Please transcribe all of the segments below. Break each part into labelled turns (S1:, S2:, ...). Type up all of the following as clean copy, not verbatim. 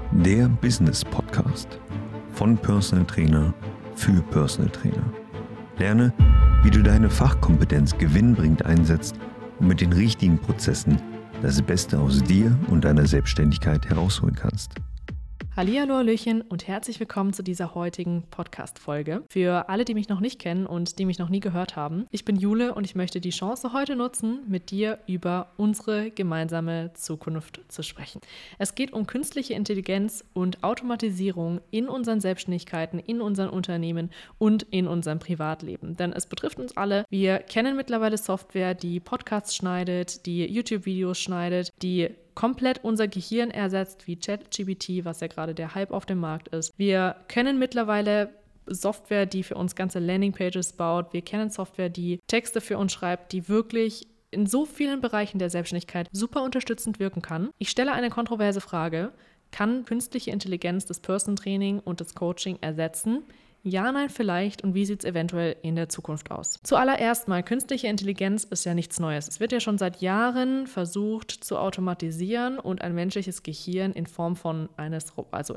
S1: Der Business Podcast von Personal Trainer für Personal Trainer. Lerne, wie du deine Fachkompetenz gewinnbringend einsetzt und mit den richtigen Prozessen das Beste aus dir und deiner Selbstständigkeit herausholen kannst.
S2: Hallihallo, Hallöchen und herzlich willkommen zu dieser heutigen Podcast-Folge. Für alle, die mich noch nicht kennen und die mich noch nie gehört haben, ich bin Jule und ich möchte die Chance heute nutzen, mit dir über unsere gemeinsame Zukunft zu sprechen. Es geht um künstliche Intelligenz und Automatisierung in unseren Selbstständigkeiten, in unseren Unternehmen und in unserem Privatleben. Denn es betrifft uns alle. Wir kennen mittlerweile Software, die Podcasts schneidet, die YouTube-Videos schneidet, die komplett unser Gehirn ersetzt, wie ChatGPT, was ja gerade der Hype auf dem Markt ist. Wir kennen mittlerweile Software, die für uns ganze Landingpages baut. Wir kennen Software, die Texte für uns schreibt, die wirklich in so vielen Bereichen der Selbstständigkeit super unterstützend wirken kann. Ich stelle eine kontroverse Frage. Kann künstliche Intelligenz das Personal Training und das Coaching ersetzen? Ja, nein, vielleicht und wie sieht es eventuell in der Zukunft aus? Zuallererst mal, künstliche Intelligenz ist ja nichts Neues. Es wird ja schon seit Jahren versucht zu automatisieren und ein menschliches Gehirn in Form eines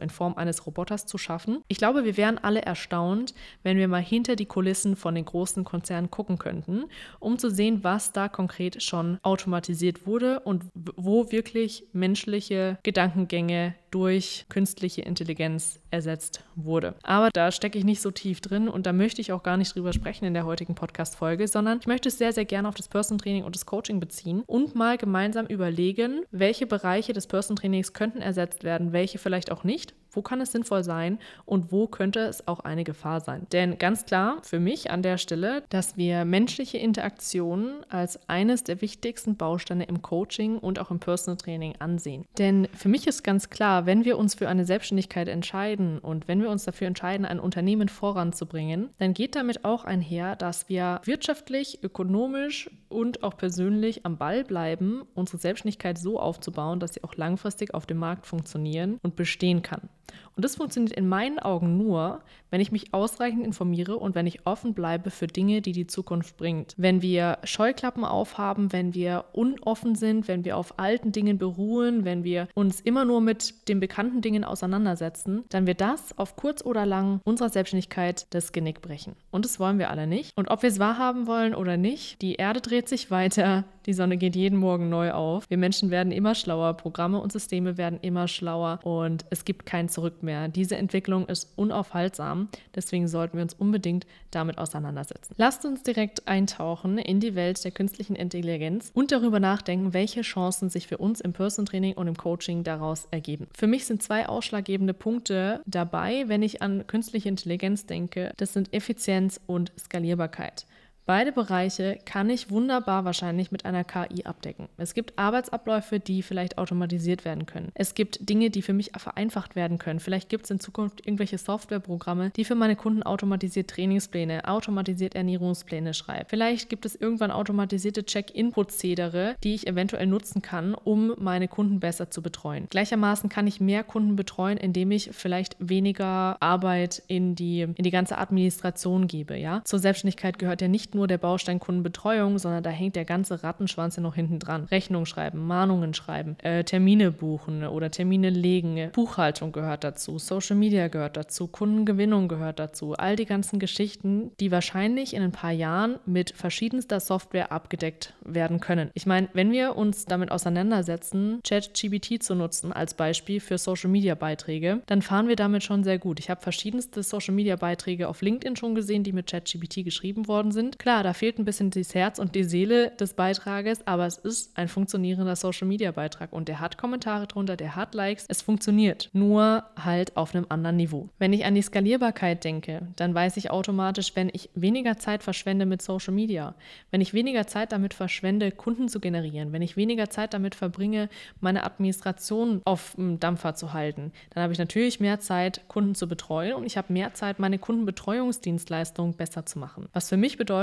S2: Roboters zu schaffen. Ich glaube, wir wären alle erstaunt, wenn wir mal hinter die Kulissen von den großen Konzernen gucken könnten, um zu sehen, was da konkret schon automatisiert wurde und wo wirklich menschliche Gedankengänge durch künstliche Intelligenz ersetzt wurde. Aber da stecke ich nicht so tief drin und da möchte ich auch gar nicht drüber sprechen in der heutigen Podcast-Folge, sondern ich möchte es sehr, sehr gerne auf das Personal Training und das Coaching beziehen und mal gemeinsam überlegen, welche Bereiche des Personal Trainings könnten ersetzt werden, welche vielleicht auch nicht. Wo kann es sinnvoll sein und wo könnte es auch eine Gefahr sein? Denn ganz klar für mich an der Stelle, dass wir menschliche Interaktionen als eines der wichtigsten Bausteine im Coaching und auch im Personal Training ansehen. Denn für mich ist ganz klar, wenn wir uns für eine Selbstständigkeit entscheiden und wenn wir uns dafür entscheiden, ein Unternehmen voranzubringen, dann geht damit auch einher, dass wir wirtschaftlich, ökonomisch und auch persönlich am Ball bleiben, unsere Selbstständigkeit so aufzubauen, dass sie auch langfristig auf dem Markt funktionieren und bestehen kann. Und das funktioniert in meinen Augen nur, wenn ich mich ausreichend informiere und wenn ich offen bleibe für Dinge, die die Zukunft bringt. Wenn wir Scheuklappen aufhaben, wenn wir unoffen sind, wenn wir auf alten Dingen beruhen, wenn wir uns immer nur mit den bekannten Dingen auseinandersetzen, dann wird das auf kurz oder lang unserer Selbstständigkeit das Genick brechen. Und das wollen wir alle nicht. Und ob wir es wahrhaben wollen oder nicht, die Erde dreht sich weiter, die Sonne geht jeden Morgen neu auf. Wir Menschen werden immer schlauer, Programme und Systeme werden immer schlauer und es gibt kein Zurück mehr. Diese Entwicklung ist unaufhaltsam, deswegen sollten wir uns unbedingt damit auseinandersetzen. Lasst uns direkt eintauchen in die Welt der künstlichen Intelligenz und darüber nachdenken, welche Chancen sich für uns im Personal Training und im Coaching daraus ergeben. Für mich sind 2 ausschlaggebende Punkte dabei, wenn ich an künstliche Intelligenz denke. Das sind Effizienz und Skalierbarkeit. Beide Bereiche kann ich wunderbar wahrscheinlich mit einer KI abdecken. Es gibt Arbeitsabläufe, die vielleicht automatisiert werden können. Es gibt Dinge, die für mich vereinfacht werden können. Vielleicht gibt es in Zukunft irgendwelche Softwareprogramme, die für meine Kunden automatisiert Trainingspläne, automatisiert Ernährungspläne schreiben. Vielleicht gibt es irgendwann automatisierte Check-in-Prozedere, die ich eventuell nutzen kann, um meine Kunden besser zu betreuen. Gleichermaßen kann ich mehr Kunden betreuen, indem ich vielleicht weniger Arbeit in die ganze Administration gebe. Ja? Zur Selbstständigkeit gehört ja nicht nur der Baustein Kundenbetreuung, sondern da hängt der ganze Rattenschwanz ja noch hinten dran. Rechnung schreiben, Mahnungen schreiben, Termine buchen oder Termine legen, Buchhaltung gehört dazu, Social Media gehört dazu, Kundengewinnung gehört dazu. All die ganzen Geschichten, die wahrscheinlich in ein paar Jahren mit verschiedenster Software abgedeckt werden können. Ich meine, wenn wir uns damit auseinandersetzen, ChatGPT zu nutzen als Beispiel für Social Media Beiträge, dann fahren wir damit schon sehr gut. Ich habe verschiedenste Social Media Beiträge auf LinkedIn schon gesehen, die mit ChatGPT geschrieben worden sind. Klar, da fehlt ein bisschen das Herz und die Seele des Beitrages, aber es ist ein funktionierender Social-Media-Beitrag und der hat Kommentare drunter, der hat Likes, es funktioniert, nur halt auf einem anderen Niveau. Wenn ich an die Skalierbarkeit denke, dann weiß ich automatisch, wenn ich weniger Zeit verschwende mit Social Media, wenn ich weniger Zeit damit verschwende, Kunden zu generieren, wenn ich weniger Zeit damit verbringe, meine Administration auf dem Dampfer zu halten, dann habe ich natürlich mehr Zeit, Kunden zu betreuen und ich habe mehr Zeit, meine Kundenbetreuungsdienstleistung besser zu machen. Was für mich bedeutet,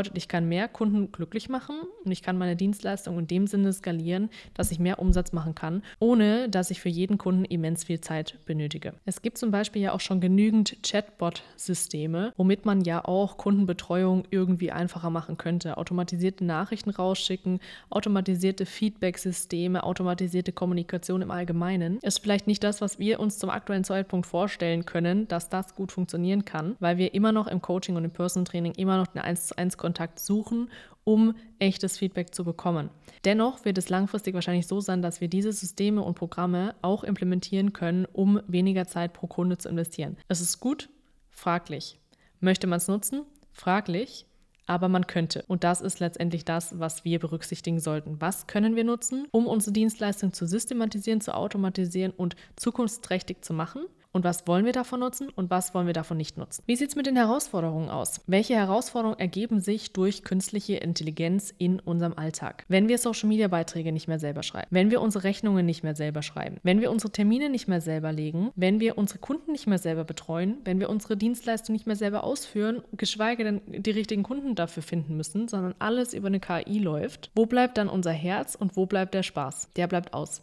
S2: bedeutet, ich kann mehr Kunden glücklich machen und ich kann meine Dienstleistung in dem Sinne skalieren, dass ich mehr Umsatz machen kann, ohne dass ich für jeden Kunden immens viel Zeit benötige. Es gibt zum Beispiel ja auch schon genügend Chatbot-Systeme, womit man ja auch Kundenbetreuung irgendwie einfacher machen könnte. Automatisierte Nachrichten rausschicken, automatisierte Feedback-Systeme, automatisierte Kommunikation im Allgemeinen. Ist vielleicht nicht das, was wir uns zum aktuellen Zeitpunkt vorstellen können, dass das gut funktionieren kann, weil wir immer noch im Coaching und im Personal Training immer noch den 1:1 Kontakt suchen, um echtes Feedback zu bekommen. Dennoch wird es langfristig wahrscheinlich so sein, dass wir diese Systeme und Programme auch implementieren können, um weniger Zeit pro Kunde zu investieren. Es ist gut, fraglich. Möchte man es nutzen? Fraglich. Aber man könnte. Und das ist letztendlich das, was wir berücksichtigen sollten. Was können wir nutzen, um unsere Dienstleistung zu systematisieren, zu automatisieren und zukunftsträchtig zu machen? Und was wollen wir davon nutzen und was wollen wir davon nicht nutzen? Wie sieht es mit den Herausforderungen aus? Welche Herausforderungen ergeben sich durch künstliche Intelligenz in unserem Alltag? Wenn wir Social-Media-Beiträge nicht mehr selber schreiben, wenn wir unsere Rechnungen nicht mehr selber schreiben, wenn wir unsere Termine nicht mehr selber legen, wenn wir unsere Kunden nicht mehr selber betreuen, wenn wir unsere Dienstleistung nicht mehr selber ausführen, geschweige denn die richtigen Kunden dafür finden müssen, sondern alles über eine KI läuft, wo bleibt dann unser Herz und wo bleibt der Spaß? Der bleibt aus.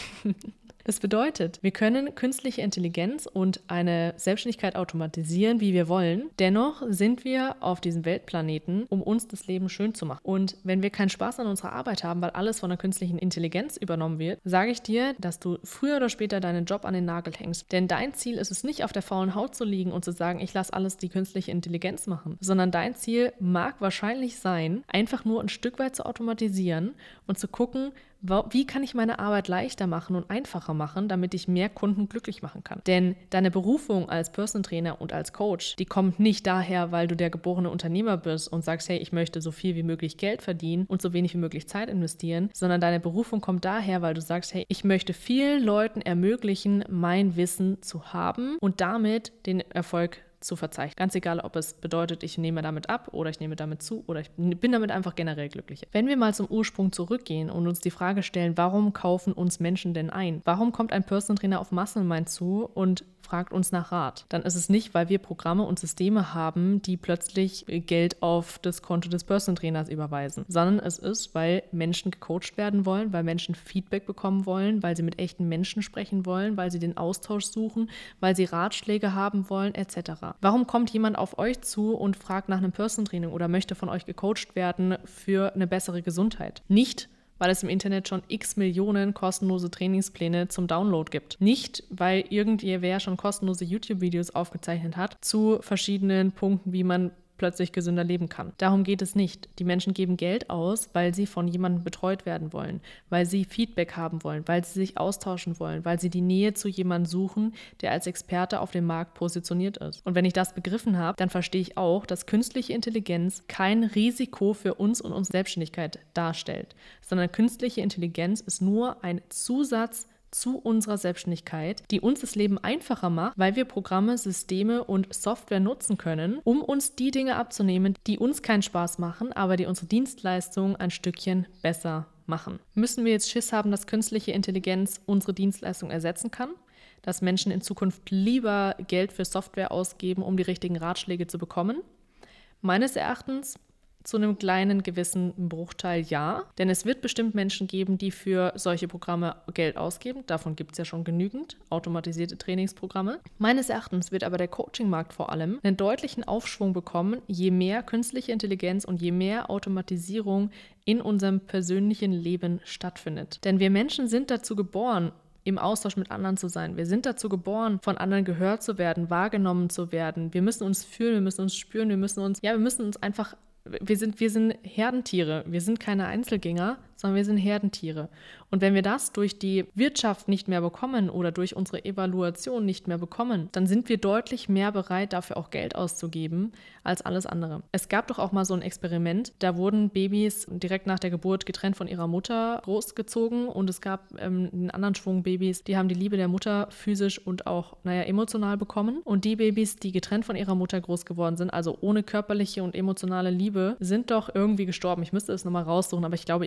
S2: Das bedeutet, wir können künstliche Intelligenz und eine Selbstständigkeit automatisieren, wie wir wollen. Dennoch sind wir auf diesem Weltplaneten, um uns das Leben schön zu machen. Und wenn wir keinen Spaß an unserer Arbeit haben, weil alles von der künstlichen Intelligenz übernommen wird, sage ich dir, dass du früher oder später deinen Job an den Nagel hängst. Denn dein Ziel ist es nicht, auf der faulen Haut zu liegen und zu sagen, ich lasse alles die künstliche Intelligenz machen, sondern dein Ziel mag wahrscheinlich sein, einfach nur ein Stück weit zu automatisieren und zu gucken, wie kann ich meine Arbeit leichter machen und einfacher machen, damit ich mehr Kunden glücklich machen kann. Denn deine Berufung als Personal Trainer und als Coach, die kommt nicht daher, weil du der geborene Unternehmer bist und sagst, hey, ich möchte so viel wie möglich Geld verdienen und so wenig wie möglich Zeit investieren, sondern deine Berufung kommt daher, weil du sagst, hey, ich möchte vielen Leuten ermöglichen, mein Wissen zu haben und damit den Erfolg zu verzeichnen. Ganz egal, ob es bedeutet, ich nehme damit ab oder ich nehme damit zu oder ich bin damit einfach generell glücklicher. Wenn wir mal zum Ursprung zurückgehen und uns die Frage stellen, warum kaufen uns Menschen denn ein? Warum kommt ein Personal Trainer auf Muscle Mind zu und fragt uns nach Rat? Dann ist es nicht, weil wir Programme und Systeme haben, die plötzlich Geld auf das Konto des Personal Trainers überweisen, sondern es ist, weil Menschen gecoacht werden wollen, weil Menschen Feedback bekommen wollen, weil sie mit echten Menschen sprechen wollen, weil sie den Austausch suchen, weil sie Ratschläge haben wollen, etc. Warum kommt jemand auf euch zu und fragt nach einem Personal Training oder möchte von euch gecoacht werden für eine bessere Gesundheit? Nicht, weil es im Internet schon x Millionen kostenlose Trainingspläne zum Download gibt. Nicht, weil irgendwer schon kostenlose YouTube-Videos aufgezeichnet hat zu verschiedenen Punkten, wie man plötzlich gesünder leben kann. Darum geht es nicht. Die Menschen geben Geld aus, weil sie von jemandem betreut werden wollen, weil sie Feedback haben wollen, weil sie sich austauschen wollen, weil sie die Nähe zu jemandem suchen, der als Experte auf dem Markt positioniert ist. Und wenn ich das begriffen habe, dann verstehe ich auch, dass künstliche Intelligenz kein Risiko für uns und unsere Selbstständigkeit darstellt, sondern künstliche Intelligenz ist nur ein Zusatz zu unserer Selbstständigkeit, die uns das Leben einfacher macht, weil wir Programme, Systeme und Software nutzen können, um uns die Dinge abzunehmen, die uns keinen Spaß machen, aber die unsere Dienstleistung ein Stückchen besser machen. Müssen wir jetzt Schiss haben, dass künstliche Intelligenz unsere Dienstleistung ersetzen kann? Dass Menschen in Zukunft lieber Geld für Software ausgeben, um die richtigen Ratschläge zu bekommen? Meines Erachtens zu einem kleinen gewissen Bruchteil ja, denn es wird bestimmt Menschen geben, die für solche Programme Geld ausgeben. Davon gibt es ja schon genügend, automatisierte Trainingsprogramme. Meines Erachtens wird aber der Coaching-Markt vor allem einen deutlichen Aufschwung bekommen, je mehr künstliche Intelligenz und je mehr Automatisierung in unserem persönlichen Leben stattfindet. Denn wir Menschen sind dazu geboren, im Austausch mit anderen zu sein. Wir sind dazu geboren, von anderen gehört zu werden, wahrgenommen zu werden. Wir müssen uns fühlen, wir müssen uns spüren, wir müssen uns einfach. Wir sind Herdentiere. Wir sind keine Einzelgänger, sondern wir sind Herdentiere. Und wenn wir das durch die Wirtschaft nicht mehr bekommen oder durch unsere Evaluation nicht mehr bekommen, dann sind wir deutlich mehr bereit, dafür auch Geld auszugeben, als alles andere. Es gab doch auch mal so ein Experiment, da wurden Babys direkt nach der Geburt getrennt von ihrer Mutter großgezogen und es gab einen anderen Schwung Babys, die haben die Liebe der Mutter physisch und auch, emotional bekommen. Und die Babys, die getrennt von ihrer Mutter groß geworden sind, also ohne körperliche und emotionale Liebe, sind doch irgendwie gestorben. Ich müsste es nochmal raussuchen, aber ich glaube, ihr kennt das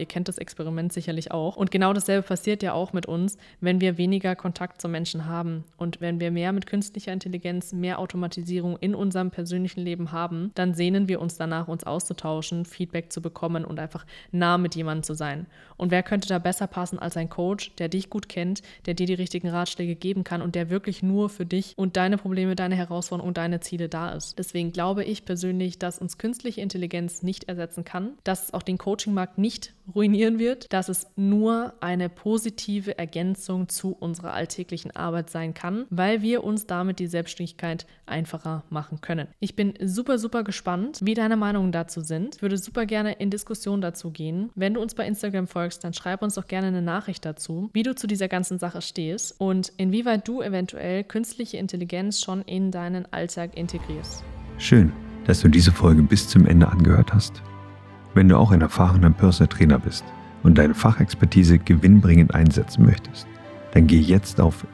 S2: Experiment sicherlich auch. Und genau dasselbe passiert ja auch mit uns, wenn wir weniger Kontakt zu Menschen haben. Und wenn wir mehr mit künstlicher Intelligenz, mehr Automatisierung in unserem persönlichen Leben haben, dann sehnen wir uns danach, uns auszutauschen, Feedback zu bekommen und einfach nah mit jemandem zu sein. Und wer könnte da besser passen als ein Coach, der dich gut kennt, der dir die richtigen Ratschläge geben kann und der wirklich nur für dich und deine Probleme, deine Herausforderungen und deine Ziele da ist. Deswegen glaube ich persönlich, dass uns künstliche Intelligenz nicht ersetzen kann, dass es auch den Coachingmarkt nicht ruinieren wird, dass es nur eine positive Ergänzung zu unserer alltäglichen Arbeit sein kann, weil wir uns damit die Selbstständigkeit einfacher machen können. Ich bin super, super gespannt, wie deine Meinungen dazu sind. Ich würde super gerne in Diskussion dazu gehen. Wenn du uns bei Instagram folgst, dann schreib uns doch gerne eine Nachricht dazu, wie du zu dieser ganzen Sache stehst und inwieweit du eventuell künstliche Intelligenz schon in deinen Alltag integrierst.
S1: Schön, dass du diese Folge bis zum Ende angehört hast. Wenn du auch ein erfahrener Personal Trainer bist und deine Fachexpertise gewinnbringend einsetzen möchtest, dann geh jetzt auf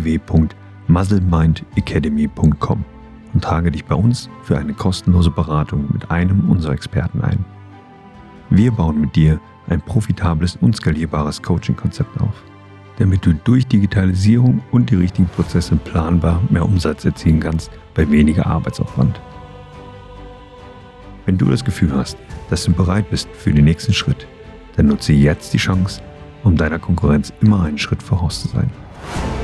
S1: www.muzzlemindacademy.com und trage dich bei uns für eine kostenlose Beratung mit einem unserer Experten ein. Wir bauen mit dir ein profitables und skalierbares Coaching-Konzept auf, damit du durch Digitalisierung und die richtigen Prozesse planbar mehr Umsatz erzielen kannst bei weniger Arbeitsaufwand. Wenn du das Gefühl hast, dass du bereit bist für den nächsten Schritt, dann nutze jetzt die Chance, um deiner Konkurrenz immer einen Schritt voraus zu sein.